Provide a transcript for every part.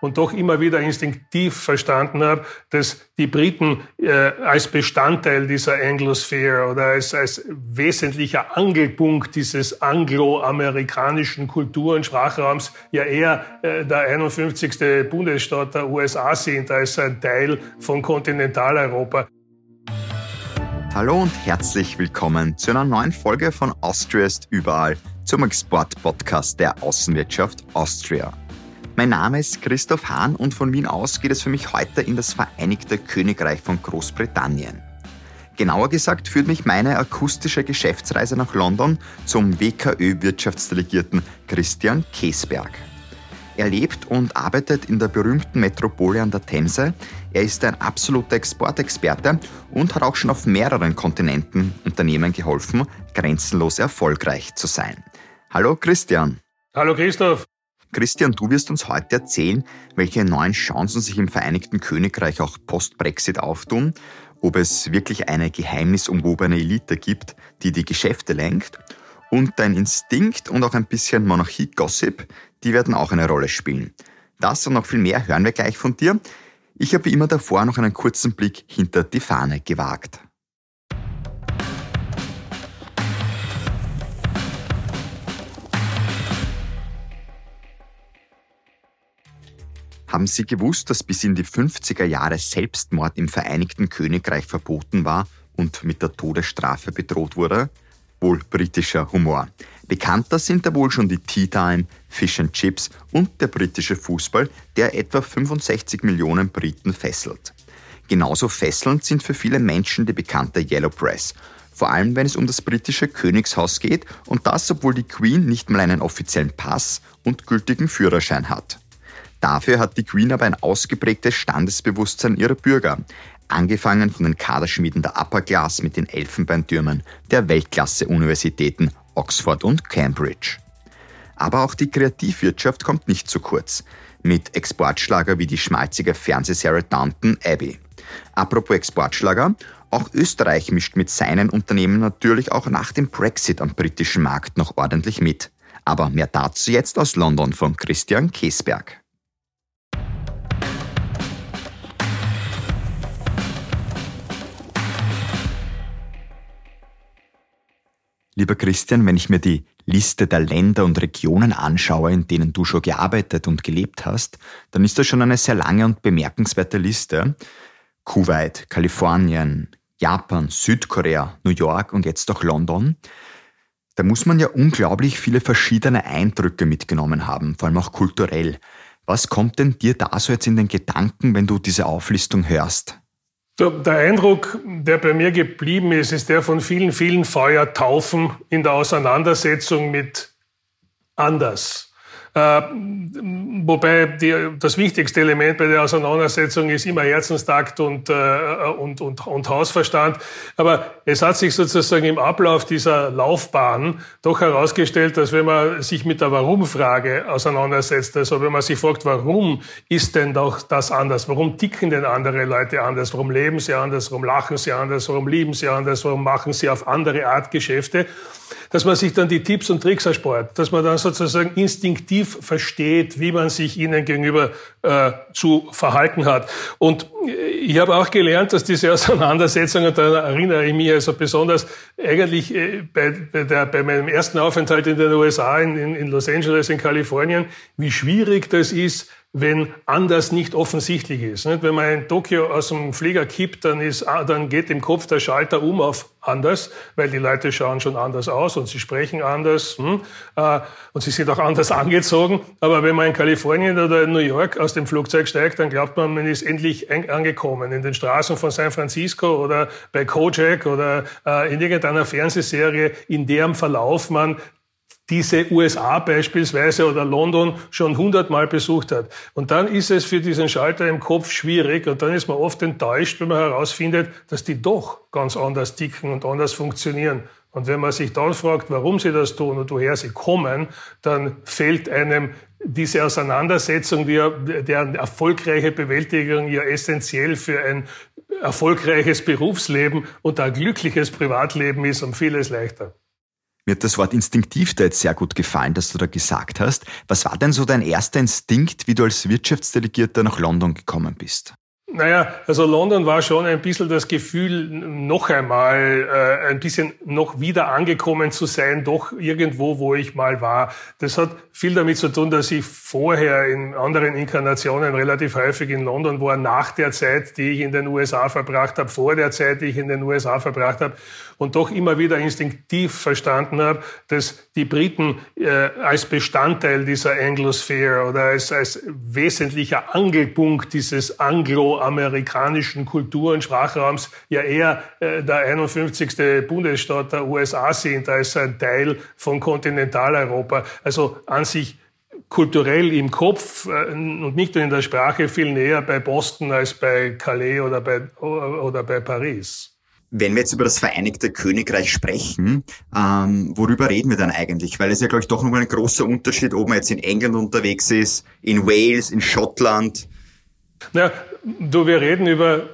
und doch immer wieder instinktiv verstanden habe, dass die Briten als Bestandteil dieser Anglosphere oder als wesentlicher Angelpunkt dieses angloamerikanischen Kultur- und Sprachraums ja eher der 51. Bundesstaat der USA sind als ein Teil von Kontinentaleuropa. Hallo und herzlich willkommen zu einer neuen Folge von Austria ist überall, zum Export-Podcast der Außenwirtschaft Austria. Mein Name ist Christoph Hahn und von Wien aus geht es für mich heute in das Vereinigte Königreich von Großbritannien. Genauer gesagt führt mich meine akustische Geschäftsreise nach London zum WKÖ-Wirtschaftsdelegierten Christian Käsberg. Er lebt und arbeitet in der berühmten Metropole an der Themse. Er ist ein absoluter Exportexperte und hat auch schon auf mehreren Kontinenten Unternehmen geholfen, grenzenlos erfolgreich zu sein. Hallo Christian. Hallo Christoph. Christian, du wirst uns heute erzählen, welche neuen Chancen sich im Vereinigten Königreich auch post-Brexit auftun, ob es wirklich eine geheimnisumwobene Elite gibt, die die Geschäfte lenkt. Und dein Instinkt und auch ein bisschen Monarchie-Gossip, die werden auch eine Rolle spielen. Das und noch viel mehr hören wir gleich von dir. Ich habe wie immer davor noch einen kurzen Blick hinter die Fahne gewagt. Haben Sie gewusst, dass bis in die 50er Jahre Selbstmord im Vereinigten Königreich verboten war und mit der Todesstrafe bedroht wurde? Wohl britischer Humor. Bekannter sind da wohl schon die Tea Time, Fish and Chips und der britische Fußball, der etwa 65 Millionen Briten fesselt. Genauso fesselnd sind für viele Menschen die bekannte Yellow Press, vor allem wenn es um das britische Königshaus geht und das, obwohl die Queen nicht mal einen offiziellen Pass und gültigen Führerschein hat. Dafür hat die Queen aber ein ausgeprägtes Standesbewusstsein ihrer Bürger, angefangen von den Kaderschmieden der Upper Class mit den Elfenbeintürmen der Weltklasse-Universitäten Oxford und Cambridge. Aber auch die Kreativwirtschaft kommt nicht zu kurz, mit Exportschlager wie die schmalzige Fernsehserie Downton Abbey. Apropos Exportschlager, auch Österreich mischt mit seinen Unternehmen natürlich auch nach dem Brexit am britischen Markt noch ordentlich mit. Aber mehr dazu jetzt aus London von Christian Käsberg. Lieber Christian, wenn ich mir die Liste der Länder und Regionen anschaue, in denen du schon gearbeitet und gelebt hast, dann ist das schon eine sehr lange und bemerkenswerte Liste. Kuwait, Kalifornien, Japan, Südkorea, New York und jetzt auch London. Da muss man ja unglaublich viele verschiedene Eindrücke mitgenommen haben, vor allem auch kulturell. Was kommt denn dir da so jetzt in den Gedanken, wenn du diese Auflistung hörst? Der Eindruck, der bei mir geblieben ist, ist der von vielen, vielen Feuertaufen in der Auseinandersetzung mit anders. Wobei das wichtigste Element bei der Auseinandersetzung ist immer Herzenstakt und Hausverstand. Aber es hat sich sozusagen im Ablauf dieser Laufbahn doch herausgestellt, dass wenn man sich mit der Warum-Frage auseinandersetzt, also wenn man sich fragt, warum ist denn doch das anders? Warum ticken denn andere Leute anders? Warum leben sie anders? Warum lachen sie anders? Warum lieben sie anders? Warum machen sie auf andere Art Geschäfte? Dass man sich dann die Tipps und Tricks erspart, dass man dann sozusagen instinktiv versteht, wie man sich ihnen gegenüber zu verhalten hat. Und ich habe auch gelernt, dass diese Auseinandersetzungen, da erinnere ich mich also besonders eigentlich bei meinem ersten Aufenthalt in den USA, in Los Angeles, in Kalifornien, wie schwierig das ist, wenn anders nicht offensichtlich ist. Wenn man in Tokio aus dem Flieger kippt, dann geht im Kopf der Schalter auf anders, weil die Leute schauen schon anders aus und sie sprechen anders und sie sind auch anders angezogen. Aber wenn man in Kalifornien oder in New York aus dem Flugzeug steigt, dann glaubt man, man ist endlich angekommen. In den Straßen von San Francisco oder bei Kojak oder in irgendeiner Fernsehserie, in deren Verlauf man diese USA beispielsweise oder London schon 100-mal besucht hat. Und dann ist es für diesen Schalter im Kopf schwierig und dann ist man oft enttäuscht, wenn man herausfindet, dass die doch ganz anders ticken und anders funktionieren. Und wenn man sich dann fragt, warum sie das tun und woher sie kommen, dann fällt einem diese Auseinandersetzung, deren erfolgreiche Bewältigung ja essentiell für ein erfolgreiches Berufsleben und ein glückliches Privatleben ist, um vieles leichter. Mir hat das Wort instinktiv da jetzt sehr gut gefallen, dass du da gesagt hast. Was war denn so dein erster Instinkt, wie du als Wirtschaftsdelegierter nach London gekommen bist? Naja, also London war schon ein bisschen das Gefühl, noch einmal ein bisschen noch wieder angekommen zu sein, doch irgendwo, wo ich mal war. Das hat viel damit zu tun, dass ich vorher in anderen Inkarnationen relativ häufig in London war, nach der Zeit, die ich in den USA verbracht habe, vor der Zeit, die ich in den USA verbracht habe, und doch immer wieder instinktiv verstanden habe, dass die Briten als Bestandteil dieser Anglosphere oder als wesentlicher Angelpunkt dieses angloamerikanischen Kultur- und Sprachraums ja eher der 51. Bundesstaat der USA sind, als ein Teil von Kontinentaleuropa. Also an sich kulturell im Kopf und nicht nur in der Sprache viel näher bei Boston als bei Calais oder bei Paris. Wenn wir jetzt über das Vereinigte Königreich sprechen, worüber reden wir dann eigentlich? Weil es ja, glaube ich, doch nochmal ein großer Unterschied, ob man jetzt in England unterwegs ist, in Wales, in Schottland. Ja, wir reden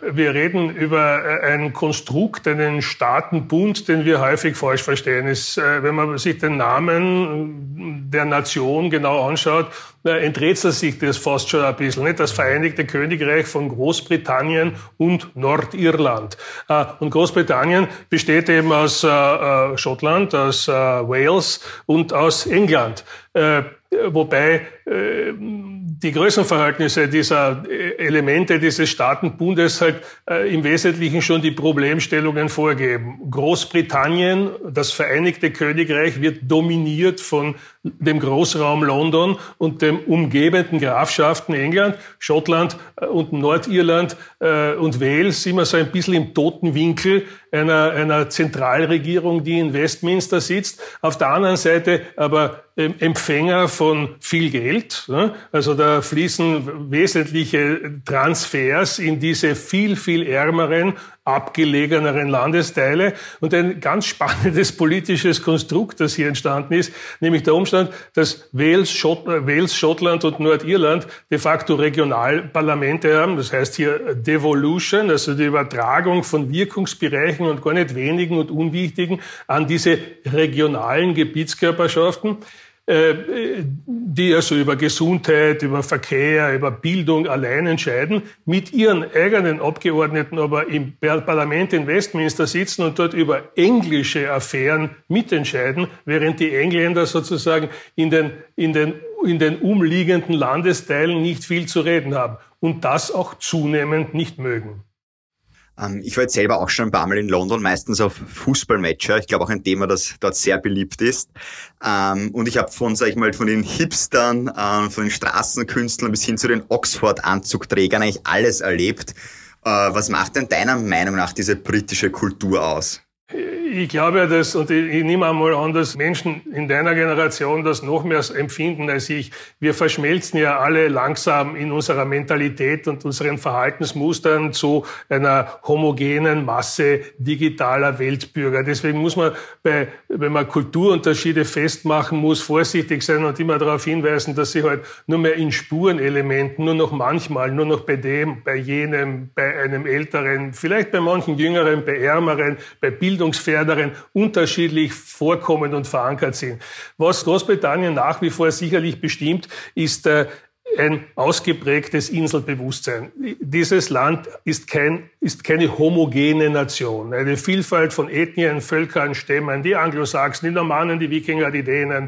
über ein Konstrukt, einen Staatenbund, den wir häufig falsch verstehen. Wenn man sich den Namen der Nation genau anschaut, enträtselt sich das fast schon ein bisschen, nicht? Das Vereinigte Königreich von Großbritannien und Nordirland. Und Großbritannien besteht eben aus Schottland, aus Wales und aus England. Wobei die Größenverhältnisse dieser Elemente dieses Staatenbundes halt im Wesentlichen schon die Problemstellungen vorgeben. Großbritannien, das Vereinigte Königreich, wird dominiert von dem Großraum London und dem umgebenden Grafschaften England, Schottland und Nordirland und Wales immer so ein bisschen im toten Winkel einer Zentralregierung, die in Westminster sitzt. Auf der anderen Seite aber Empfänger von viel Geld. Also da fließen wesentliche Transfers in diese viel, viel ärmeren, abgelegeneren Landesteile. Und ein ganz spannendes politisches Konstrukt, das hier entstanden ist, nämlich der Umstand, dass Wales, Schottland und Nordirland de facto Regionalparlamente haben. Das heißt hier Devolution, also die Übertragung von Wirkungsbereichen und gar nicht wenigen und unwichtigen an diese regionalen Gebietskörperschaften, die also über Gesundheit, über Verkehr, über Bildung allein entscheiden, mit ihren eigenen Abgeordneten aber im Parlament in Westminster sitzen und dort über englische Affären mitentscheiden, während die Engländer sozusagen in den umliegenden Landesteilen nicht viel zu reden haben und das auch zunehmend nicht mögen. Ich war jetzt selber auch schon ein paar Mal in London, meistens auf Fußballmatcher. Ich glaube auch ein Thema, das dort sehr beliebt ist. Und ich habe von den Hipstern, von den Straßenkünstlern bis hin zu den Oxford-Anzugträgern eigentlich alles erlebt. Was macht denn deiner Meinung nach diese britische Kultur aus? Ich glaube ja, und ich nehme einmal an, dass Menschen in deiner Generation das noch mehr empfinden als ich. Wir verschmelzen ja alle langsam in unserer Mentalität und unseren Verhaltensmustern zu einer homogenen Masse digitaler Weltbürger. Deswegen muss man, wenn man Kulturunterschiede festmachen muss, vorsichtig sein und immer darauf hinweisen, dass sie halt nur mehr in Spurenelementen, nur noch manchmal, nur noch bei dem, bei jenem, bei einem Älteren, vielleicht bei manchen Jüngeren, bei Ärmeren, bei Bildungsfernen, unterschiedlich vorkommen und verankert sind. Was Großbritannien nach wie vor sicherlich bestimmt, ist ein ausgeprägtes Inselbewusstsein. Dieses Land ist keine homogene Nation. Eine Vielfalt von Ethnien, Völkern, Stämmen, die Anglosachsen, die Normannen, die Wikinger, die Dänen,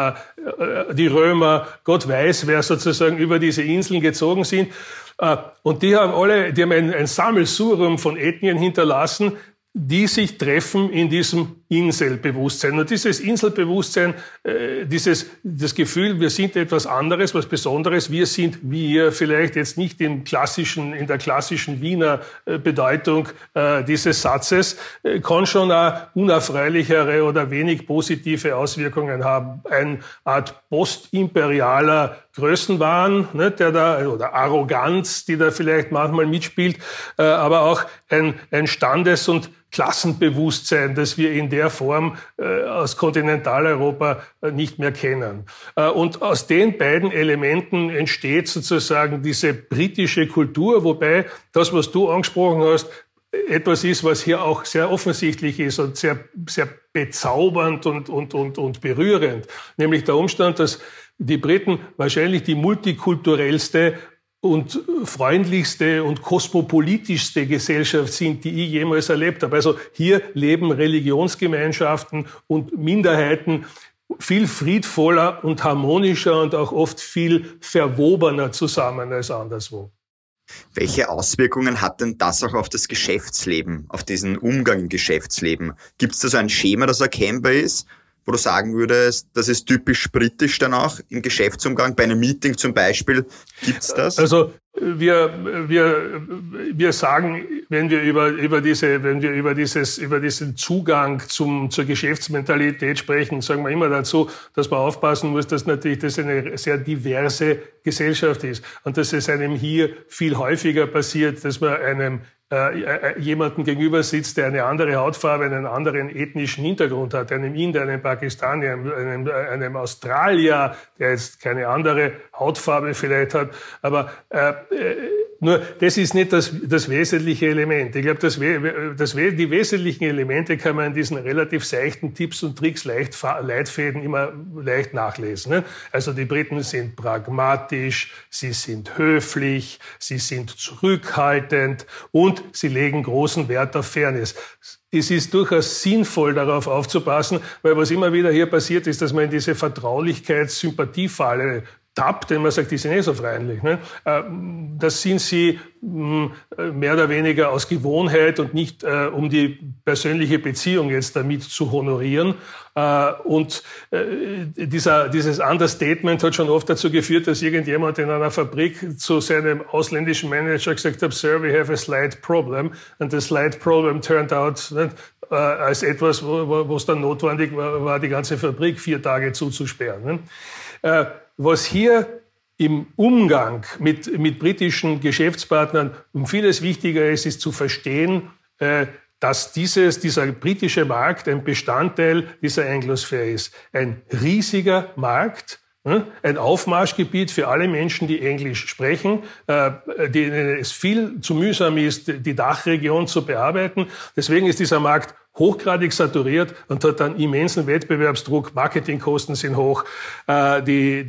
die Römer, Gott weiß, wer sozusagen über diese Inseln gezogen sind. Und die haben ein Sammelsurium von Ethnien hinterlassen, die sich treffen in diesem Inselbewusstsein. Und dieses Inselbewusstsein, das Gefühl, wir sind etwas anderes, was Besonderes, wir sind wir, vielleicht jetzt nicht in der klassischen Wiener Bedeutung dieses Satzes, kann schon eine unerfreulichere oder wenig positive Auswirkungen haben. Eine Art postimperialer Größenwahn, ne, oder Arroganz, die da vielleicht manchmal mitspielt, aber auch ein Standes- und Klassenbewusstsein, das wir in der Form aus Kontinentaleuropa nicht mehr kennen. Und aus den beiden Elementen entsteht sozusagen diese britische Kultur, wobei das, was du angesprochen hast, etwas ist, was hier auch sehr offensichtlich ist und sehr, sehr bezaubernd und berührend. Nämlich der Umstand, dass die Briten wahrscheinlich die multikulturellste und freundlichste und kosmopolitischste Gesellschaft sind, die ich jemals erlebt habe. Also hier leben Religionsgemeinschaften und Minderheiten viel friedvoller und harmonischer und auch oft viel verwobener zusammen als anderswo. Welche Auswirkungen hat denn das auch auf das Geschäftsleben, auf diesen Umgang im Geschäftsleben? Gibt es da so ein Schema, das erkennbar ist, wo du sagen würdest, das ist typisch britisch dann auch im Geschäftsumgang, bei einem Meeting zum Beispiel, gibt's das? Also wir sagen, wenn wir über diesen Zugang zur Geschäftsmentalität sprechen, sagen wir immer dazu, dass man aufpassen muss, dass natürlich das eine sehr diverse Gesellschaft ist und dass es einem hier viel häufiger passiert, dass man einem jemanden gegenüber sitzt, der eine andere Hautfarbe, einen anderen ethnischen Hintergrund hat, einem Inder, einem Pakistanier, einem Australier, der jetzt keine andere Hautfarbe vielleicht hat, aber nur das ist nicht das wesentliche Element. Ich glaube, die wesentlichen Elemente kann man in diesen relativ seichten Tipps und Tricks, Leitfäden immer leicht nachlesen. Ne? Also die Briten sind pragmatisch, sie sind höflich, sie sind zurückhaltend und sie legen großen Wert auf Fairness. Es ist durchaus sinnvoll, darauf aufzupassen, weil was immer wieder hier passiert ist, dass man in diese Vertraulichkeits-Sympathiefalle tappt, denn man sagt, die sind so freundlich. Ne? Das sind sie mehr oder weniger aus Gewohnheit und nicht um die persönliche Beziehung jetzt damit zu honorieren. Dieses Understatement hat schon oft dazu geführt, dass irgendjemand in einer Fabrik zu seinem ausländischen Manager gesagt hat, Sir, we have a slight problem. And the slight problem turned out als etwas, wo es dann notwendig war, die ganze Fabrik 4 Tage zuzusperren. Ne? Was hier im Umgang mit britischen Geschäftspartnern um vieles wichtiger ist, ist zu verstehen, dass dieser britische Markt ein Bestandteil dieser Anglosphere ist. Ein riesiger Markt, ein Aufmarschgebiet für alle Menschen, die Englisch sprechen, denen es viel zu mühsam ist, die Dachregion zu bearbeiten. Deswegen ist dieser Markt hochgradig saturiert und hat einen immensen Wettbewerbsdruck. Marketingkosten sind hoch, die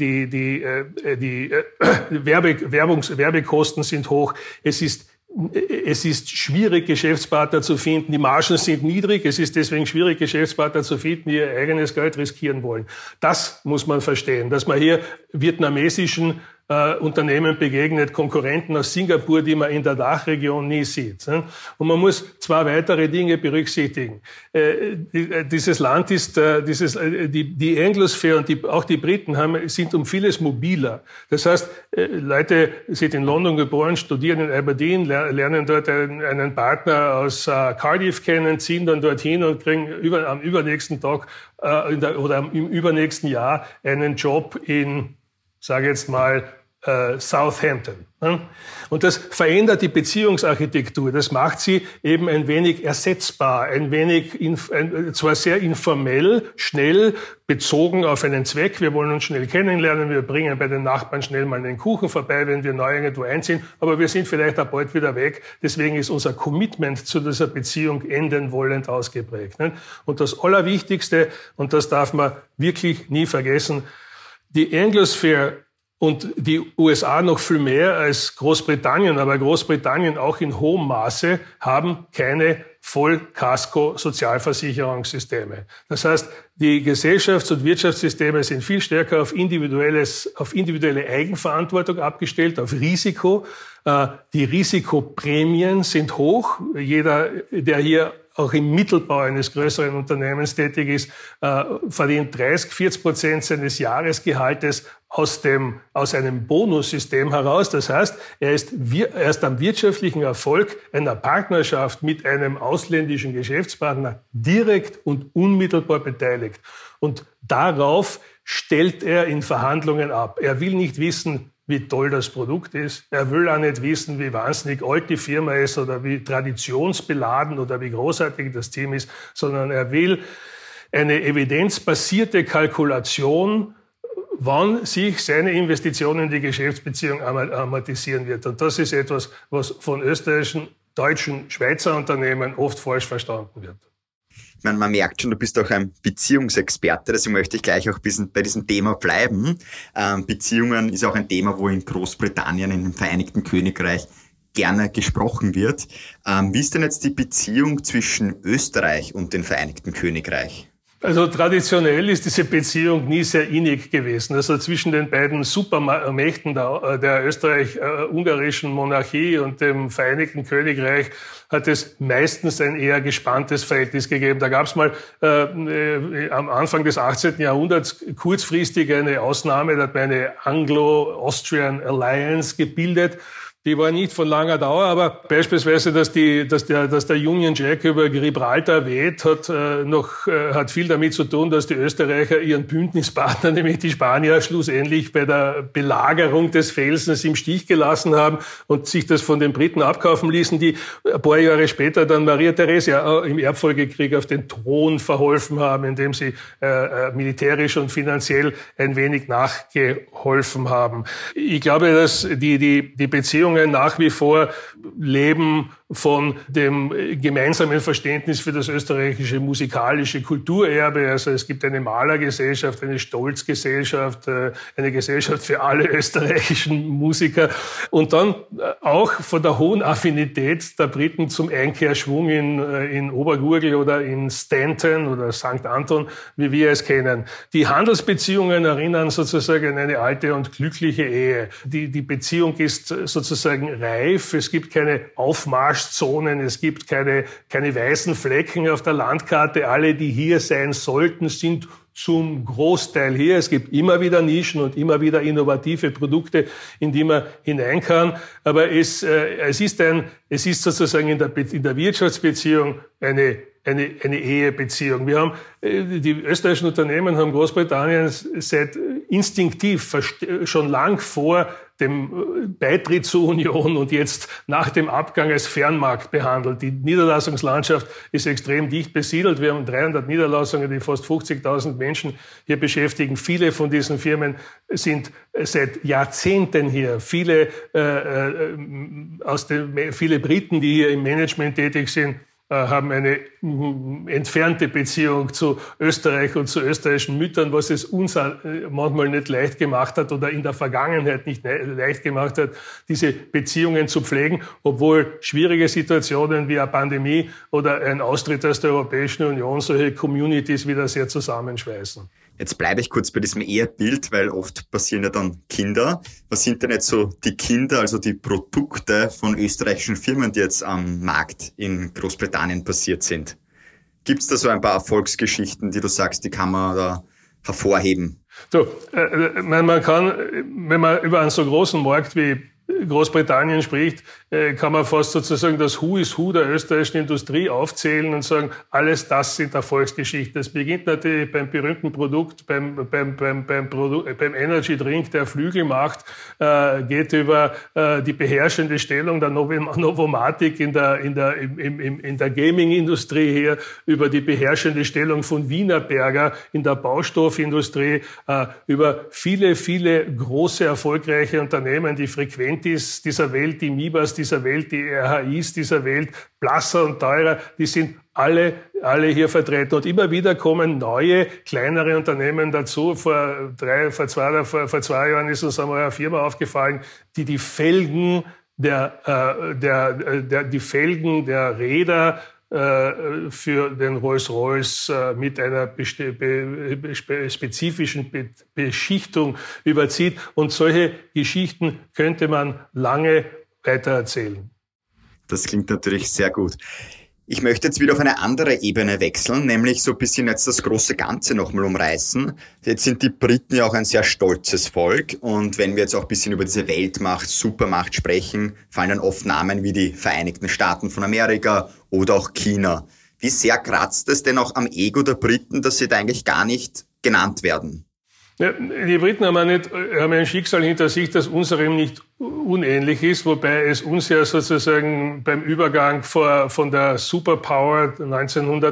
Werbekosten sind hoch. Es ist schwierig, Geschäftspartner zu finden. Die Margen sind niedrig. Es ist deswegen schwierig, Geschäftspartner zu finden, die ihr eigenes Geld riskieren wollen. Das muss man verstehen, dass man hier vietnamesischen Unternehmen begegnet, Konkurrenten aus Singapur, die man in der Dachregion nie sieht. Und man muss 2 weitere Dinge berücksichtigen. Dieses Land ist, die Anglosphere und auch die Briten sind um vieles mobiler. Das heißt, Leute sind in London geboren, studieren in Aberdeen, lernen dort einen Partner aus Cardiff kennen, ziehen dann dorthin und kriegen am übernächsten Tag oder im übernächsten Jahr einen Job in, sage jetzt mal, Southampton. Und das verändert die Beziehungsarchitektur. Das macht sie eben ein wenig ersetzbar, zwar sehr informell, schnell, bezogen auf einen Zweck. Wir wollen uns schnell kennenlernen, wir bringen bei den Nachbarn schnell mal einen Kuchen vorbei, wenn wir neu irgendwo einziehen, aber wir sind vielleicht auch bald wieder weg. Deswegen ist unser Commitment zu dieser Beziehung enden wollend ausgeprägt. Und das Allerwichtigste, und das darf man wirklich nie vergessen, die Anglosphere und die USA noch viel mehr als Großbritannien, aber Großbritannien auch in hohem Maße, haben keine Vollkasko-Sozialversicherungssysteme. Das heißt, die Gesellschafts- und Wirtschaftssysteme sind viel stärker auf individuelle Eigenverantwortung abgestellt, auf Risiko. Die Risikoprämien sind hoch. Jeder, der hier auch im Mittelbau eines größeren Unternehmens tätig ist, verdient 30-40% seines Jahresgehaltes aus einem Bonussystem heraus. Das heißt, er ist am wirtschaftlichen Erfolg einer Partnerschaft mit einem ausländischen Geschäftspartner direkt und unmittelbar beteiligt. Und darauf stellt er in Verhandlungen ab. Er will nicht wissen, wie toll das Produkt ist. Er will auch nicht wissen, wie wahnsinnig alt die Firma ist oder wie traditionsbeladen oder wie großartig das Team ist, sondern er will eine evidenzbasierte Kalkulation, wann sich seine Investition in die Geschäftsbeziehung amortisieren wird. Und das ist etwas, was von österreichischen deutschen Schweizer Unternehmen oft falsch verstanden wird. Man merkt schon, du bist auch ein Beziehungsexperte, deswegen möchte ich gleich auch bei diesem Thema bleiben. Beziehungen ist auch ein Thema, wo in Großbritannien, in dem Vereinigten Königreich gerne gesprochen wird. Wie ist denn jetzt die Beziehung zwischen Österreich und dem Vereinigten Königreich? Also traditionell ist diese Beziehung nie sehr innig gewesen. Also zwischen den beiden Supermächten der österreich-ungarischen Monarchie und dem Vereinigten Königreich hat es meistens ein eher gespanntes Verhältnis gegeben. Da gab es mal am Anfang des 18. Jahrhunderts kurzfristig eine Ausnahme, da hat man eine Anglo-Austrian Alliance gebildet. Die war nicht von langer Dauer, aber beispielsweise, dass der Union Jack über Gibraltar weht, hat viel damit zu tun, dass die Österreicher ihren Bündnispartner, nämlich die Spanier, schlussendlich bei der Belagerung des Felsens im Stich gelassen haben und sich das von den Briten abkaufen ließen, die ein paar Jahre später dann Maria Theresia im Erbfolgekrieg auf den Thron verholfen haben, indem sie militärisch und finanziell ein wenig nachgeholfen haben. Ich glaube, dass die Beziehungen nach wie vor leben von dem gemeinsamen Verständnis für das österreichische musikalische Kulturerbe. Also es gibt eine Malergesellschaft, eine Stolzgesellschaft, eine Gesellschaft für alle österreichischen Musiker. Und dann auch von der hohen Affinität der Briten zum Einkehrschwung in Obergurgl oder in Stanton oder St. Anton, wie wir es kennen. Die Handelsbeziehungen erinnern sozusagen an eine alte und glückliche Ehe. Die Beziehung ist sozusagen reif. Es gibt keine Aufmarschzonen, es gibt keine weißen Flecken auf der Landkarte. Alle, die hier sein sollten, sind zum Großteil hier. Es gibt immer wieder Nischen und immer wieder innovative Produkte, in die man hinein kann. Aber es ist sozusagen in der Wirtschaftsbeziehung eine Ehebeziehung. Die österreichischen Unternehmen haben Großbritannien instinktiv schon lang vor dem Beitritt zur Union und jetzt nach dem Abgang als Fernmarkt behandelt. Die Niederlassungslandschaft ist extrem dicht besiedelt. Wir haben 300 Niederlassungen, die fast 50.000 Menschen hier beschäftigen. Viele von diesen Firmen sind seit Jahrzehnten hier. Viele Briten, die hier im Management tätig sind, haben eine entfernte Beziehung zu Österreich und zu österreichischen Müttern, was es uns manchmal nicht leicht gemacht hat oder in der Vergangenheit nicht leicht gemacht hat, diese Beziehungen zu pflegen, obwohl schwierige Situationen wie eine Pandemie oder ein Austritt aus der Europäischen Union solche Communities wieder sehr zusammenschweißen. Jetzt bleibe ich kurz bei diesem Ehebild, weil oft passieren ja dann Kinder. Was sind denn jetzt so die Kinder, also die Produkte von österreichischen Firmen, die jetzt am Markt in Großbritannien passiert sind? Gibt es da so ein paar Erfolgsgeschichten, die du sagst, die kann man da hervorheben? Man kann, wenn man über einen so großen Markt wie Großbritannien spricht, kann man fast sozusagen das Who is Who der österreichischen Industrie aufzählen und sagen, alles das sind Erfolgsgeschichten. Es beginnt natürlich beim berühmten Produkt, beim Energy Drink, der Flügel macht, geht über die beherrschende Stellung der Novomatic in der Gaming-Industrie her, über die beherrschende Stellung von Wienerberger in der Baustoffindustrie, über viele, viele große, erfolgreiche Unternehmen, die Frequentis dieser Welt, die Mibas dieser Welt, die RHIs dieser Welt, Plasser und Teurer, die sind alle hier vertreten. Und immer wieder kommen neue, kleinere Unternehmen dazu. Vor 2 Jahren ist uns einmal eine Firma aufgefallen, die Felgen der Räder für den Rolls-Royce mit einer spezifischen Beschichtung überzieht. Und solche Geschichten könnte man lange weitererzählen. Das klingt natürlich sehr gut. Ich möchte jetzt wieder auf eine andere Ebene wechseln, nämlich so ein bisschen jetzt das große Ganze nochmal umreißen. Jetzt sind die Briten ja auch ein sehr stolzes Volk und wenn wir jetzt auch ein bisschen über diese Weltmacht, Supermacht sprechen, fallen dann oft Namen wie die Vereinigten Staaten von Amerika oder auch China. Wie sehr kratzt es denn auch am Ego der Briten, dass sie da eigentlich gar nicht genannt werden? Ja, die Briten haben ein Schicksal hinter sich, das unserem nicht unähnlich ist, wobei es uns ja sozusagen beim Übergang von der Superpower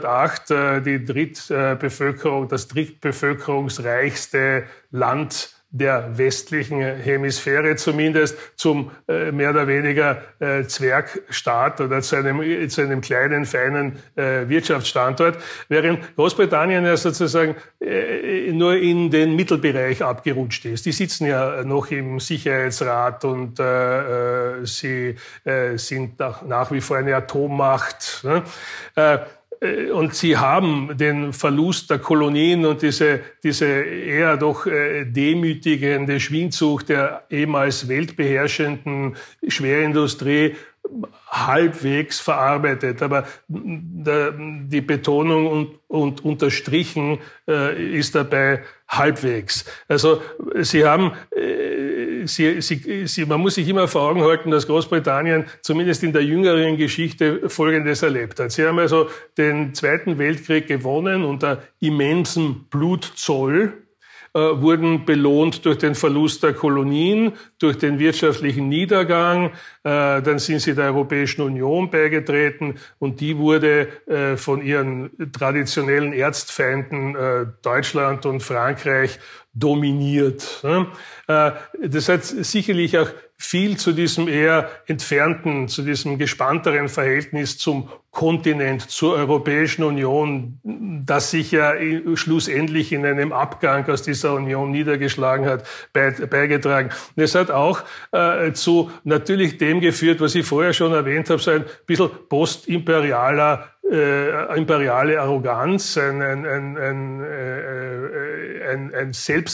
1908 das drittbevölkerungsreichste Land der westlichen Hemisphäre zumindest zum mehr oder weniger Zwergstaat oder zu einem kleinen, feinen Wirtschaftsstandort, während Großbritannien ja sozusagen nur in den Mittelbereich abgerutscht ist. Die sitzen ja noch im Sicherheitsrat und sie sind nach wie vor eine Atommacht. Ne? Und sie haben den Verlust der Kolonien und diese eher doch demütigende Schwindsucht der ehemals weltbeherrschenden Schwerindustrie halbwegs verarbeitet. Aber die Betonung und unterstrichen ist dabei halbwegs. Also sie haben man muss sich immer vor Augen halten, dass Großbritannien zumindest in der jüngeren Geschichte Folgendes erlebt hat. Sie haben also den Zweiten Weltkrieg gewonnen unter immensem Blutzoll, wurden belohnt durch den Verlust der Kolonien, durch den wirtschaftlichen Niedergang. Dann sind sie der Europäischen Union beigetreten und die wurde von ihren traditionellen Erzfeinden Deutschland und Frankreich dominiert. Das hat sicherlich auch viel zu diesem eher entfernten, zu diesem gespannteren Verhältnis zum Kontinent, zur Europäischen Union, das sich ja schlussendlich in einem Abgang aus dieser Union niedergeschlagen hat, beigetragen. Und es hat auch zu natürlich dem geführt, was ich vorher schon erwähnt habe, so ein bisschen postimperiale Arroganz, ein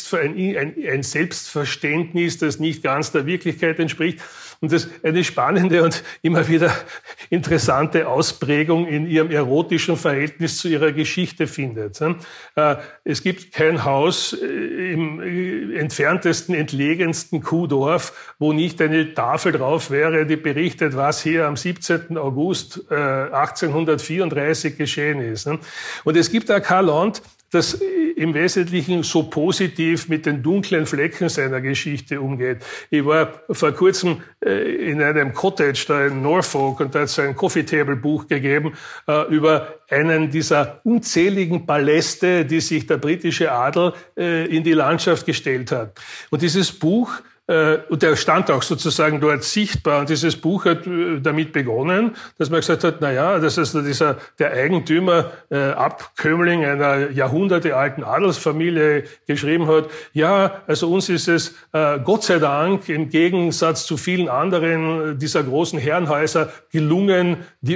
Selbstverständnis, das nicht ganz der Wirklichkeit entspricht. Und das eine spannende und immer wieder interessante Ausprägung in ihrem erotischen Verhältnis zu ihrer Geschichte findet. Es gibt kein Haus im entferntesten, entlegensten Kuhdorf, wo nicht eine Tafel drauf wäre, die berichtet, was hier am 17. August 1834 geschehen ist. Und es gibt auch kein Land, das im Wesentlichen so positiv mit den dunklen Flecken seiner Geschichte umgeht. Ich war vor kurzem in einem Cottage da in Norfolk und da hat es ein Coffee-Table-Buch gegeben über einen dieser unzähligen Paläste, die sich der britische Adel in die Landschaft gestellt hat. Und dieses Buch, und der stand auch sozusagen dort sichtbar. Und dieses Buch hat damit begonnen, dass man gesagt hat, dass also der Eigentümer, Abkömmling einer jahrhundertealten Adelsfamilie geschrieben hat, also uns ist es Gott sei Dank im Gegensatz zu vielen anderen dieser großen Herrenhäuser gelungen,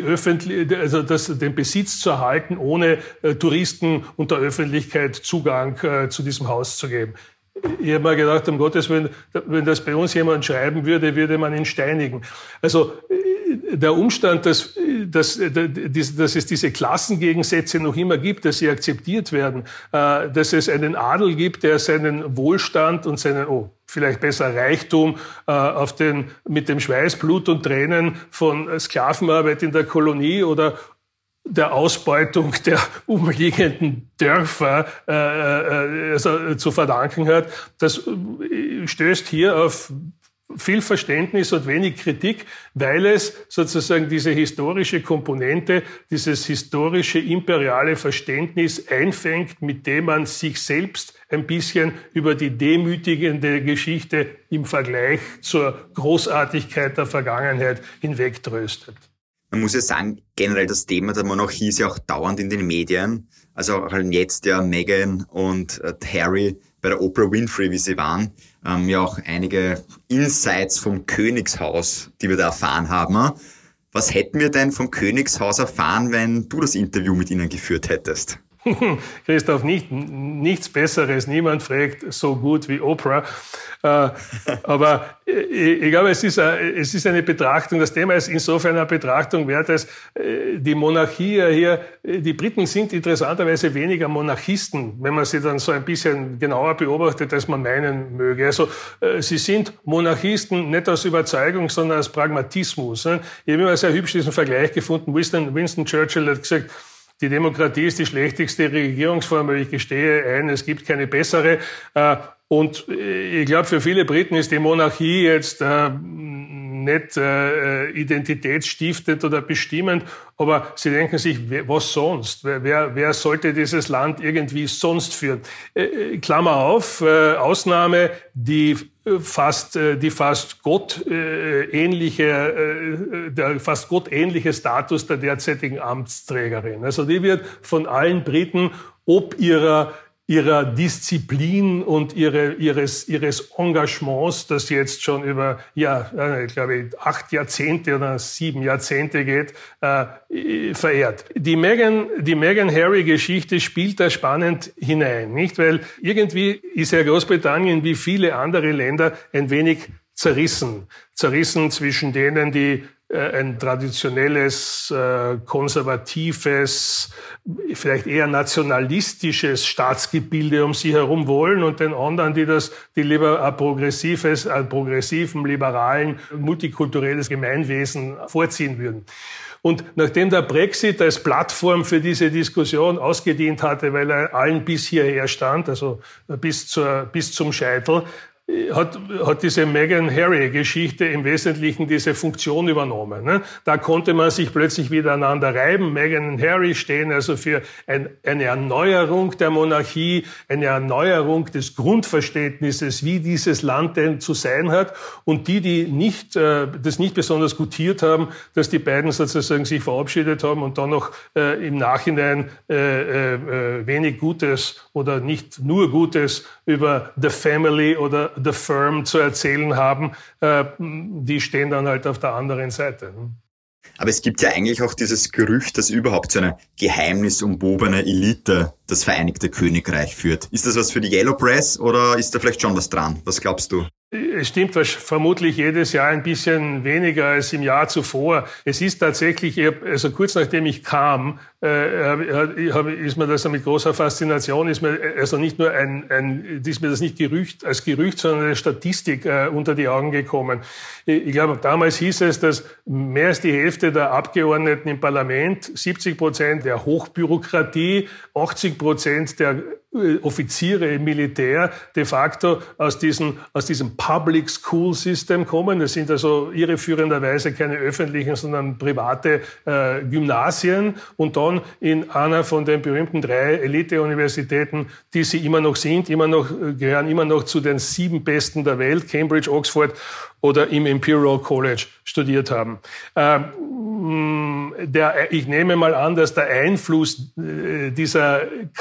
den Besitz zu erhalten, ohne Touristen und der Öffentlichkeit Zugang zu diesem Haus zu geben. Ich habe mir gedacht, um Gottes Willen, wenn das bei uns jemand schreiben würde, würde man ihn steinigen. Also der Umstand, dass es diese Klassengegensätze noch immer gibt, dass sie akzeptiert werden, dass es einen Adel gibt, der seinen Wohlstand und seinen, vielleicht besser Reichtum mit dem Schweiß, Blut und Tränen von Sklavenarbeit in der Kolonie oder der Ausbeutung der umliegenden Dörfer zu verdanken hat, das stößt hier auf viel Verständnis und wenig Kritik, weil es sozusagen diese historische Komponente, dieses historische imperiale Verständnis einfängt, mit dem man sich selbst ein bisschen über die demütigende Geschichte im Vergleich zur Großartigkeit der Vergangenheit hinwegtröstet. Man muss ja sagen, generell das Thema der Monarchie ist ja auch dauernd in den Medien. Also halt jetzt ja Meghan und Harry bei der Oprah Winfrey, wie sie waren, ja auch einige Insights vom Königshaus, die wir da erfahren haben. Was hätten wir denn vom Königshaus erfahren, wenn du das Interview mit ihnen geführt hättest? Christoph, nichts Besseres. Niemand fragt so gut wie Oprah. Aber ich glaube, es ist eine Betrachtung. Das Thema ist insofern eine Betrachtung wert, dass die Monarchie hier, die Briten sind interessanterweise weniger Monarchisten, wenn man sie dann so ein bisschen genauer beobachtet, als man meinen möge. Also sie sind Monarchisten nicht aus Überzeugung, sondern aus Pragmatismus. Ich habe immer sehr hübsch diesen Vergleich gefunden. Winston Churchill hat gesagt, die Demokratie ist die schlechteste Regierungsform, aber ich gestehe ein, es gibt keine bessere. Und ich glaube, für viele Briten ist die Monarchie jetzt nicht identitätsstiftend oder bestimmend, aber sie denken sich, was sonst? Wer sollte dieses Land irgendwie sonst führen? Klammer auf, Ausnahme, der fast gottähnliche Status der derzeitigen Amtsträgerin. Also die wird von allen Briten ob ihrer Disziplin und ihres Engagements, das jetzt schon über, ich glaube, 8 Jahrzehnte oder 7 Jahrzehnte geht, verehrt. Die Meghan-Harry-Geschichte spielt da spannend hinein, nicht? Weil irgendwie ist ja Großbritannien wie viele andere Länder ein wenig zerrissen zwischen denen, die ein traditionelles, konservatives, vielleicht eher nationalistisches Staatsgebilde um sie herum wollen und den anderen, die lieber ein progressiven, liberalen, multikulturelles Gemeinwesen vorziehen würden. Und nachdem der Brexit als Plattform für diese Diskussion ausgedient hatte, weil er allen bis hierher stand, also bis zum Scheitel, hat diese Meghan-Harry-Geschichte im Wesentlichen diese Funktion übernommen. Ne? Da konnte man sich plötzlich wieder aneinander reiben. Meghan und Harry stehen also für eine Erneuerung der Monarchie, eine Erneuerung des Grundverständnisses, wie dieses Land denn zu sein hat. Und die das nicht besonders gutiert haben, dass die beiden sozusagen sich verabschiedet haben und dann noch im Nachhinein wenig Gutes oder nicht nur Gutes über The Family oder The Firm zu erzählen haben, die stehen dann halt auf der anderen Seite. Aber es gibt ja eigentlich auch dieses Gerücht, dass überhaupt so eine geheimnisumwobene Elite das Vereinigte Königreich führt. Ist das was für die Yellow Press oder ist da vielleicht schon was dran? Was glaubst du? Es stimmt vermutlich jedes Jahr ein bisschen weniger als im Jahr zuvor. Es ist tatsächlich, also kurz nachdem ich kam, ist mir das mit großer Faszination, ist mir also nicht nur ist mir das nicht als Gerücht, sondern eine Statistik unter die Augen gekommen. Ich glaube, damals hieß es, dass mehr als die Hälfte der Abgeordneten im Parlament, 70% der Hochbürokratie, 80% der Offiziere im Militär de facto aus diesem Public School System kommen. Das sind also irreführenderweise keine öffentlichen, sondern private Gymnasien und dann in einer von den berühmten 3 Elite-Universitäten, die sie immer noch sind, gehören immer noch zu den 7 besten der Welt, Cambridge, Oxford oder im Imperial College studiert haben. Ich nehme mal an, dass der Einfluss dieser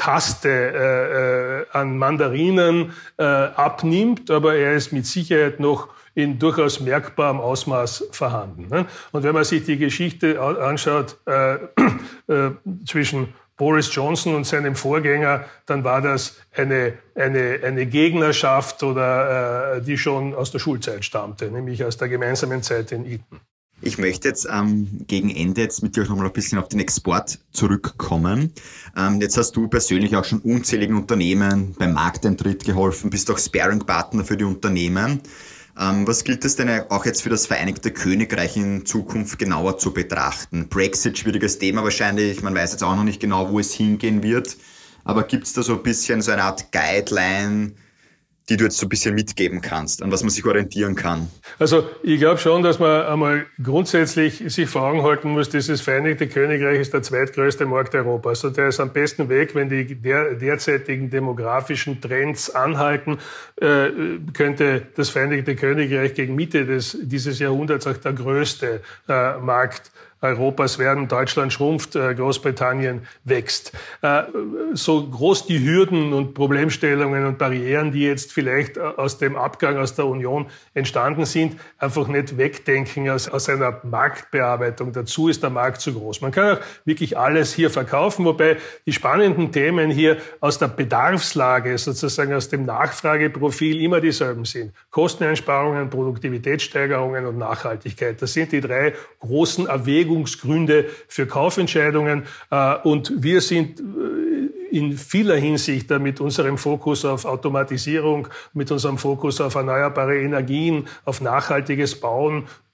Kaste an Mandarinen abnimmt, aber er ist mit Sicherheit noch in durchaus merkbarem Ausmaß vorhanden. Und wenn man sich die Geschichte anschaut zwischen Boris Johnson und seinem Vorgänger, dann war das eine Gegnerschaft oder die schon aus der Schulzeit stammte, nämlich aus der gemeinsamen Zeit in Eton. Ich möchte jetzt gegen Ende jetzt mit dir noch mal ein bisschen auf den Export zurückkommen. Jetzt hast du persönlich auch schon unzähligen Unternehmen beim Markteintritt geholfen, bist auch Sparring-Partner für die Unternehmen. Was gilt es denn auch jetzt für das Vereinigte Königreich in Zukunft genauer zu betrachten? Brexit, schwieriges Thema wahrscheinlich. Man weiß jetzt auch noch nicht genau, wo es hingehen wird. Aber gibt es da so ein bisschen so eine Art Guideline, die du jetzt so ein bisschen mitgeben kannst, an was man sich orientieren kann? Also ich glaube schon, dass man einmal grundsätzlich sich vor Augen halten muss, dieses Vereinigte Königreich ist der zweitgrößte Markt Europas. Also der ist am besten Weg, wenn die derzeitigen demografischen Trends anhalten, könnte das Vereinigte Königreich gegen Mitte dieses Jahrhunderts auch der größte Markt Europas werden. Deutschland schrumpft, Großbritannien wächst. So groß die Hürden und Problemstellungen und Barrieren, die jetzt vielleicht aus dem Abgang aus der Union entstanden sind, einfach nicht wegdenken aus einer Marktbearbeitung. Dazu ist der Markt zu groß. Man kann auch wirklich alles hier verkaufen, wobei die spannenden Themen hier aus der Bedarfslage, sozusagen aus dem Nachfrageprofil immer dieselben sind. Kosteneinsparungen, Produktivitätssteigerungen und Nachhaltigkeit. Das sind die 3 großen Erwägungsgründe für Kaufentscheidungen. Und wir sind in vieler Hinsicht mit unserem Fokus auf Automatisierung, mit unserem Fokus auf erneuerbare Energien, auf nachhaltiges Bauen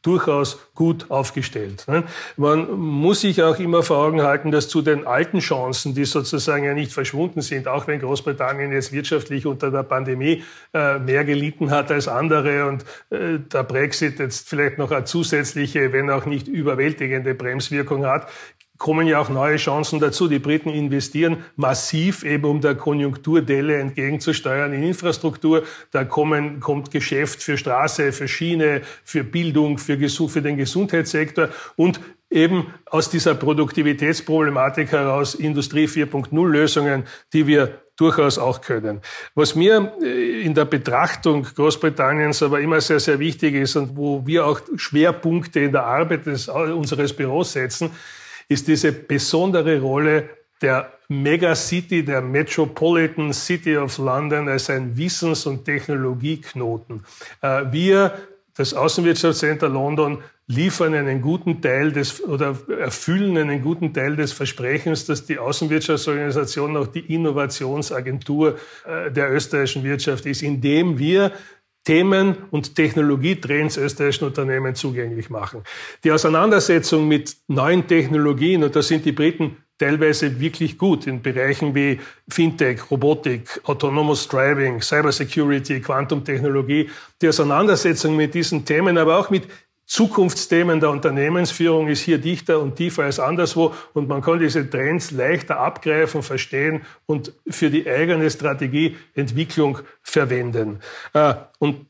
durchaus gut aufgestellt. Man muss sich auch immer vor Augen halten, dass zu den alten Chancen, die sozusagen ja nicht verschwunden sind, auch wenn Großbritannien jetzt wirtschaftlich unter der Pandemie mehr gelitten hat als andere und der Brexit jetzt vielleicht noch eine zusätzliche, wenn auch nicht überwältigende Bremswirkung hat, kommen ja auch neue Chancen dazu. Die Briten investieren massiv, eben um der Konjunkturdelle entgegenzusteuern in Infrastruktur. Da kommt Geschäft für Straße, für Schiene, für Bildung, für den Gesundheitssektor und eben aus dieser Produktivitätsproblematik heraus Industrie 4.0 Lösungen, die wir durchaus auch können. Was mir in der Betrachtung Großbritanniens aber immer sehr, sehr wichtig ist und wo wir auch Schwerpunkte in der Arbeit unseres Büros setzen, ist diese besondere Rolle der Megacity, der Metropolitan City of London als ein Wissens- und Technologieknoten. Wir, das Außenwirtschaftscenter London, liefern einen guten Teil erfüllen einen guten Teil des Versprechens, dass die Außenwirtschaftsorganisation auch die Innovationsagentur der österreichischen Wirtschaft ist, indem wir Themen und Technologietrends österreichischen Unternehmen zugänglich machen. Die Auseinandersetzung mit neuen Technologien, und da sind die Briten teilweise wirklich gut in Bereichen wie Fintech, Robotik, Autonomous Driving, Cybersecurity, Quantumtechnologie, die Auseinandersetzung mit diesen Themen, aber auch mit Zukunftsthemen der Unternehmensführung ist hier dichter und tiefer als anderswo und man kann diese Trends leichter abgreifen, verstehen und für die eigene Strategieentwicklung verwenden. Und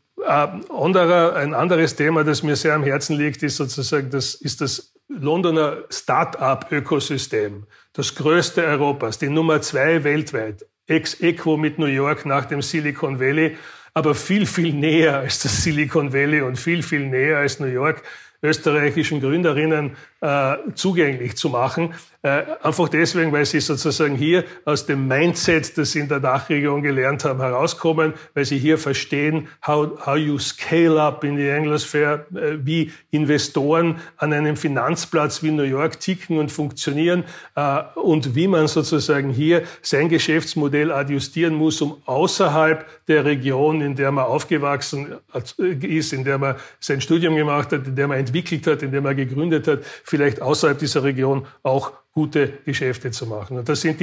ein anderes Thema, das mir sehr am Herzen liegt, ist sozusagen das Londoner Start-up-Ökosystem, das größte Europas, die Nummer 2 weltweit, ex aequo mit New York nach dem Silicon Valley, aber viel, viel näher als das Silicon Valley und viel, viel näher als New York, österreichischen Gründerinnen zugänglich zu machen. Einfach deswegen, weil sie sozusagen hier aus dem Mindset, das sie in der Dachregion gelernt haben, herauskommen, weil sie hier verstehen, how you scale up in the Anglosphere, wie Investoren an einem Finanzplatz wie New York ticken und funktionieren und wie man sozusagen hier sein Geschäftsmodell adjustieren muss, um außerhalb der Region, in der man aufgewachsen ist, in der man sein Studium gemacht hat, in der man entwickelt hat, in der man gegründet hat, vielleicht außerhalb dieser Region auch gute Geschäfte zu machen. Und das sind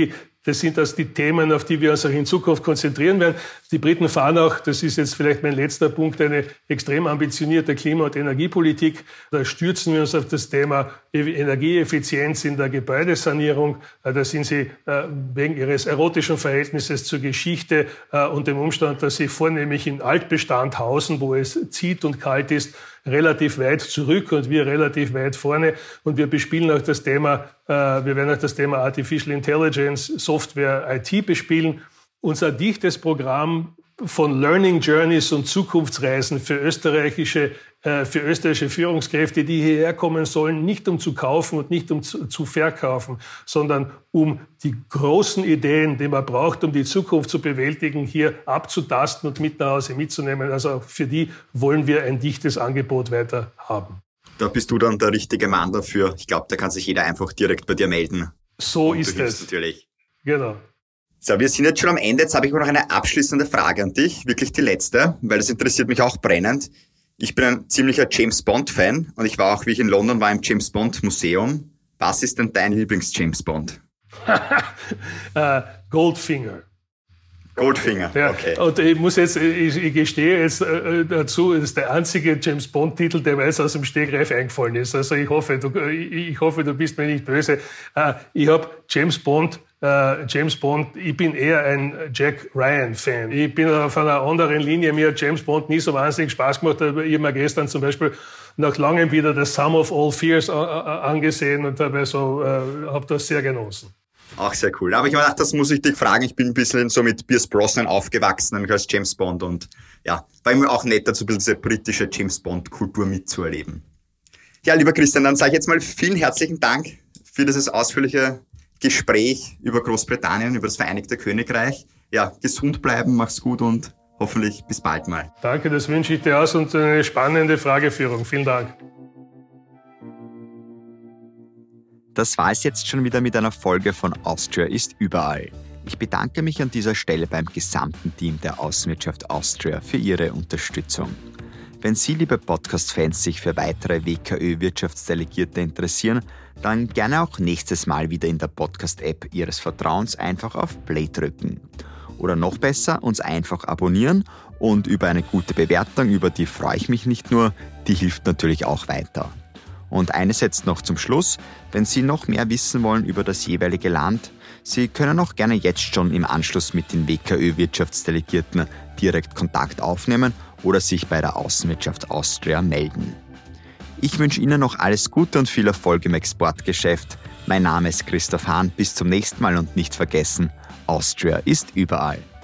die Themen, auf die wir uns auch in Zukunft konzentrieren werden. Die Briten fahren auch, das ist jetzt vielleicht mein letzter Punkt, eine extrem ambitionierte Klima- und Energiepolitik. Da stürzen wir uns auf das Thema Energieeffizienz in der Gebäudesanierung. Da sind sie wegen ihres erotischen Verhältnisses zur Geschichte und dem Umstand, dass sie vornehmlich in Altbestand hausen, wo es zieht und kalt ist, relativ weit zurück und wir relativ weit vorne. Und wir bespielen auch das Thema, wir werden auch das Thema Artificial Intelligence, Software, IT bespielen. Unser dichtes Programm von Learning Journeys und Zukunftsreisen für österreichische Führungskräfte, die hierher kommen sollen, nicht um zu kaufen und nicht um zu verkaufen, sondern um die großen Ideen, die man braucht, um die Zukunft zu bewältigen, hier abzutasten und mit nach Hause mitzunehmen. Also auch für die wollen wir ein dichtes Angebot weiter haben. Da bist du dann der richtige Mann dafür. Ich glaube, da kann sich jeder einfach direkt bei dir melden. So ist es. Natürlich. Genau. So, wir sind jetzt schon am Ende. Jetzt habe ich aber noch eine abschließende Frage an dich. Wirklich die letzte, weil das interessiert mich auch brennend. Ich bin ein ziemlicher James-Bond-Fan und ich war auch, wie ich in London war, im James-Bond-Museum. Was ist denn dein Lieblings-James-Bond? Goldfinger. Goldfinger, ja, okay. Und ich gestehe jetzt dazu, das ist der einzige James-Bond-Titel, der mir jetzt aus dem Stegreif eingefallen ist. Also ich hoffe, du bist mir nicht böse. Ich habe James Bond, ich bin eher ein Jack Ryan-Fan. Ich bin auf einer anderen Linie. Mir hat James Bond nie so wahnsinnig Spaß gemacht. Ich habe mir gestern zum Beispiel nach langem wieder das Sum of All Fears angesehen und habe das sehr genossen. Auch sehr cool. Aber ich habe gedacht, das muss ich dich fragen. Ich bin ein bisschen so mit Pierce Brosnan aufgewachsen, nämlich als James Bond. Und ja, war immer auch nett, dazu ein bisschen diese britische James Bond-Kultur mitzuerleben. Ja, lieber Christian, dann sage ich jetzt mal vielen herzlichen Dank für dieses ausführliche Gespräch über Großbritannien, über das Vereinigte Königreich. Ja, gesund bleiben, mach's gut und hoffentlich bis bald mal. Danke, das wünsche ich dir aus und eine spannende Frageführung. Vielen Dank. Das war es jetzt schon wieder mit einer Folge von Austria ist überall. Ich bedanke mich an dieser Stelle beim gesamten Team der Außenwirtschaft Austria für ihre Unterstützung. Wenn Sie, liebe Podcast-Fans, sich für weitere WKÖ-Wirtschaftsdelegierte interessieren, dann gerne auch nächstes Mal wieder in der Podcast-App Ihres Vertrauens einfach auf Play drücken. Oder noch besser, uns einfach abonnieren und über eine gute Bewertung, über die freue ich mich nicht nur, die hilft natürlich auch weiter. Und eines jetzt noch zum Schluss, wenn Sie noch mehr wissen wollen über das jeweilige Land, Sie können auch gerne jetzt schon im Anschluss mit den WKÖ-Wirtschaftsdelegierten direkt Kontakt aufnehmen oder sich bei der Außenwirtschaft Austria melden. Ich wünsche Ihnen noch alles Gute und viel Erfolg im Exportgeschäft. Mein Name ist Christoph Hahn, bis zum nächsten Mal und nicht vergessen, Austria ist überall.